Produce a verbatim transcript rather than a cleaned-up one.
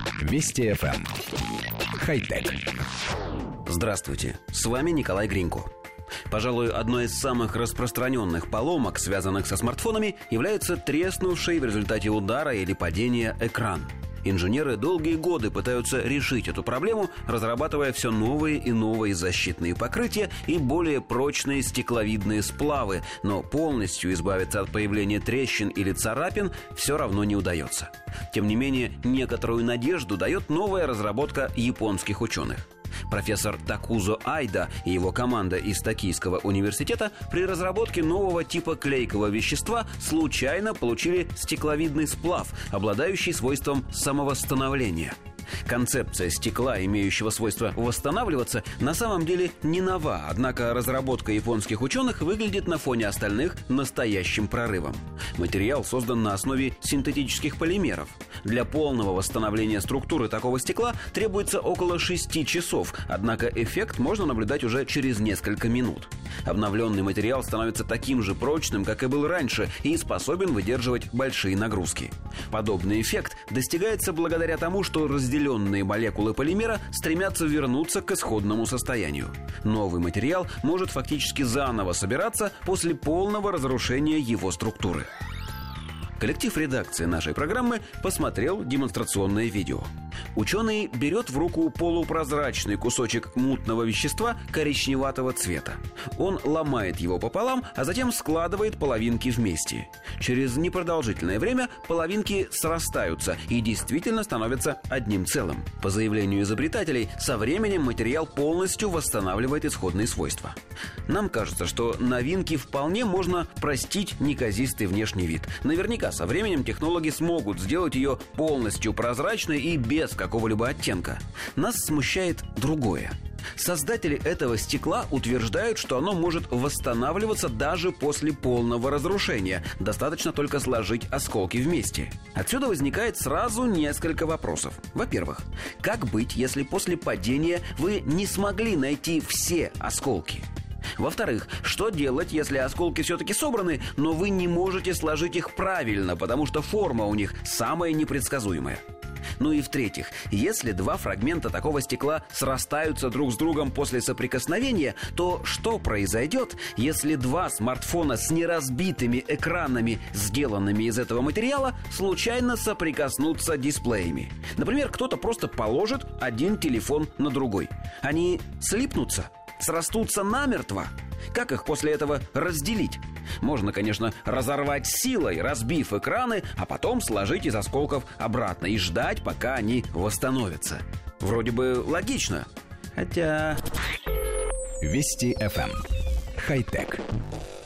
Вести эф эм. Хай-тек. Здравствуйте, с вами Николай Гринько. Пожалуй, одной из самых распространенных поломок, связанных со смартфонами, является треснувший в результате удара или падения экран. Инженеры долгие годы пытаются решить эту проблему, разрабатывая все новые и новые защитные покрытия и более прочные стекловидные сплавы, но полностью избавиться от появления трещин или царапин все равно не удается. Тем не менее, некоторую надежду дает новая разработка японских ученых. Профессор Такузо Айда и его команда из Токийского университета при разработке нового типа клейкого вещества случайно получили стекловидный сплав, обладающий свойством самовосстановления. Концепция стекла, имеющего свойство восстанавливаться, на самом деле не нова, однако разработка японских ученых выглядит на фоне остальных настоящим прорывом. Материал создан на основе синтетических полимеров. Для полного восстановления структуры такого стекла требуется около шести часов, однако эффект можно наблюдать уже через несколько минут. Обновленный материал становится таким же прочным, как и был раньше, и способен выдерживать большие нагрузки. Подобный эффект достигается благодаря тому, что разделенные молекулы полимера стремятся вернуться к исходному состоянию. Новый материал может фактически заново собираться после полного разрушения его структуры. Коллектив редакции нашей программы посмотрел демонстрационное видео. Ученый берет в руку полупрозрачный кусочек мутного вещества коричневатого цвета. Он ломает его пополам, а затем складывает половинки вместе. Через непродолжительное время половинки срастаются и действительно становятся одним целым. По заявлению изобретателей, со временем материал полностью восстанавливает исходные свойства. Нам кажется, что новинки вполне можно простить неказистый внешний вид. Наверняка со временем технологи смогут сделать ее полностью прозрачной и без какого-либо оттенка. Нас смущает другое. Создатели этого стекла утверждают, что оно может восстанавливаться даже после полного разрушения. Достаточно только сложить осколки вместе. Отсюда возникает сразу несколько вопросов. Во-первых, как быть, если после падения вы не смогли найти все осколки? Во-вторых, что делать, если осколки все-таки собраны, но вы не можете сложить их правильно, потому что форма у них самая непредсказуемая? Ну и в-третьих, если два фрагмента такого стекла срастаются друг с другом после соприкосновения, то что произойдет, если два смартфона с неразбитыми экранами, сделанными из этого материала, случайно соприкоснутся дисплеями? Например, кто-то просто положит один телефон на другой. Они слипнутся? Срастутся намертво? Как их после этого разделить? Можно, конечно, разорвать силой, разбив экраны, а потом сложить из осколков обратно и ждать, пока они восстановятся. Вроде бы логично. Хотя... Вести эф эм. Хай-тек.